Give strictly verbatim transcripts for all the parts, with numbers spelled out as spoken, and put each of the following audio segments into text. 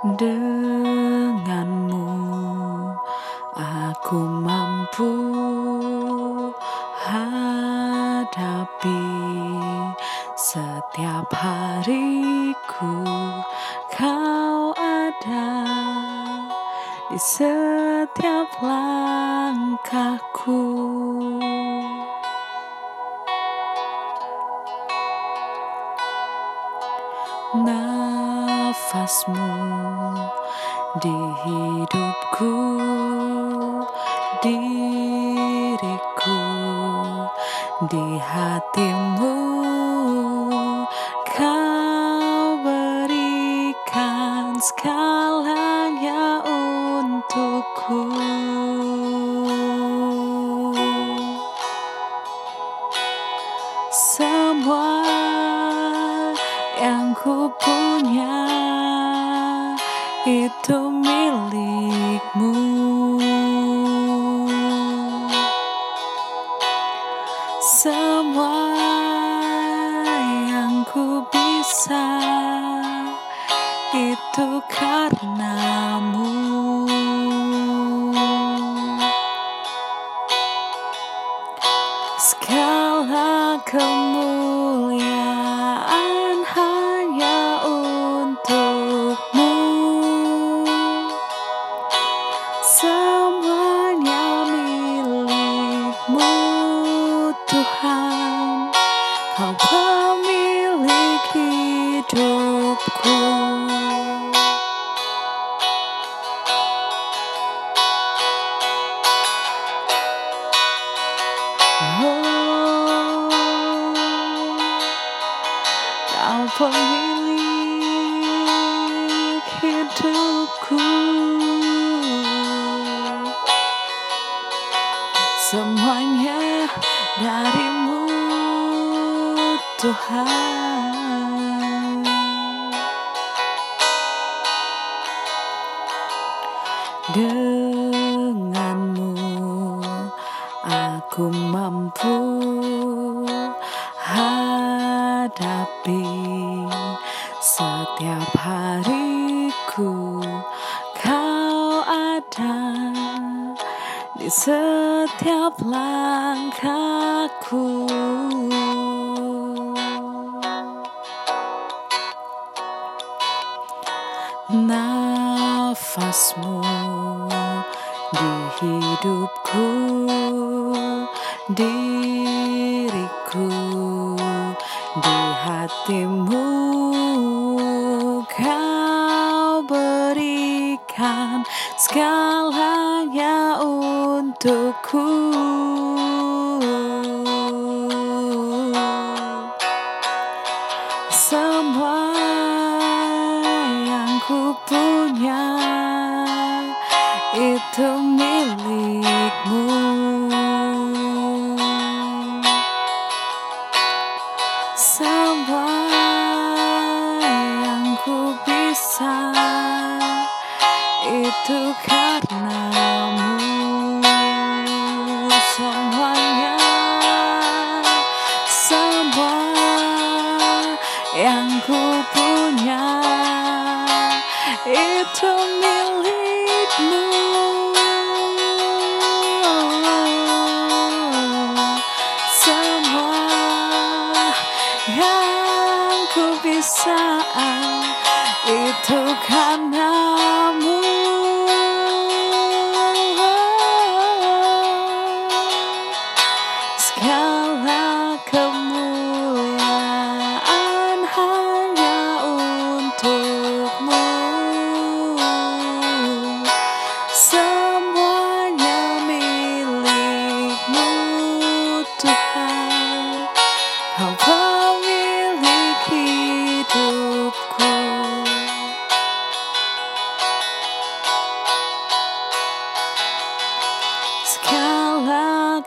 Denganmu aku mampu hadapi setiap hariku. Kau ada di setiap langkahku. Nafasmu di hidupku, diriku di hatimu. Kau berikan segalanya untukku. Semua yang ku punya itu milikmu. Semua yang ku bisa itu karenamu. Segala kemuliaan hanya untukmu. Semuanya milikmu Tuhan. Kau pemilik hidupku. Oh, Kau pemilik hidupku. Semuanya darimu Tuhan. Denganmu aku mampu hadapi setiap hariku. Kau ada di setiap langkahku. Nafasmu di hidupku, diriku di hatimu. Kau berikan segalanya untukku. Semua yang ku punya itu milikmu. Semua yang ku bisa itu karenamu. Semuanya, semua yang ku punya itu milikmu. Semua yang ku bisa itu karenamu. Segala kemuliaan hanya untukmu. Semuanya milikmu Tuhan. Kau pemilik hidupku. Segala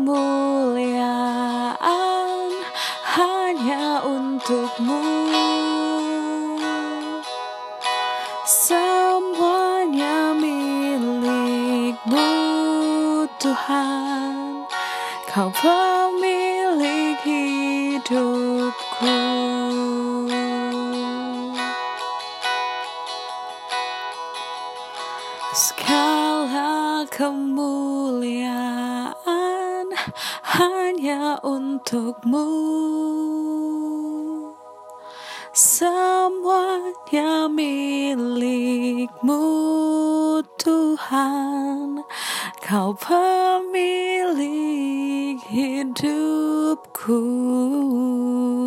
kemuliaan hanya untukmu. Semuanya milikmu Tuhan. Kau pemilik hidupku. Segala kemuliaan hanya untuk-Mu. Semuanya milik-Mu Tuhan, Kau pemilik hidupku.